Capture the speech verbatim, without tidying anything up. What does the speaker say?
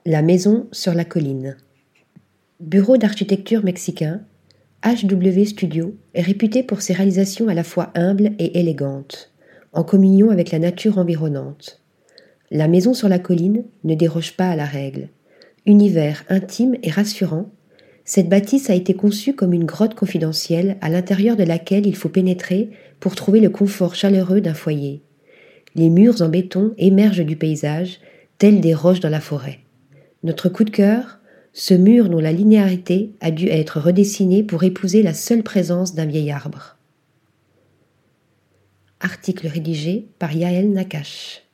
La maison sur la colline. Bureau d'architecture mexicain, H W Studio est réputé pour ses réalisations à la fois humbles et élégantes, en communion avec la nature environnante. La maison sur la colline ne déroge pas à la règle. Univers intime et rassurant, cette bâtisse a été conçue comme une grotte confidentielle à l'intérieur de laquelle il faut pénétrer pour trouver le confort chaleureux d'un foyer. Les murs en béton émergent du paysage, tels des roches dans la forêt. Notre coup de cœur, ce mur dont la linéarité a dû être redessinée pour épouser la seule présence d'un vieil arbre. Article rédigé par Yael Nakache.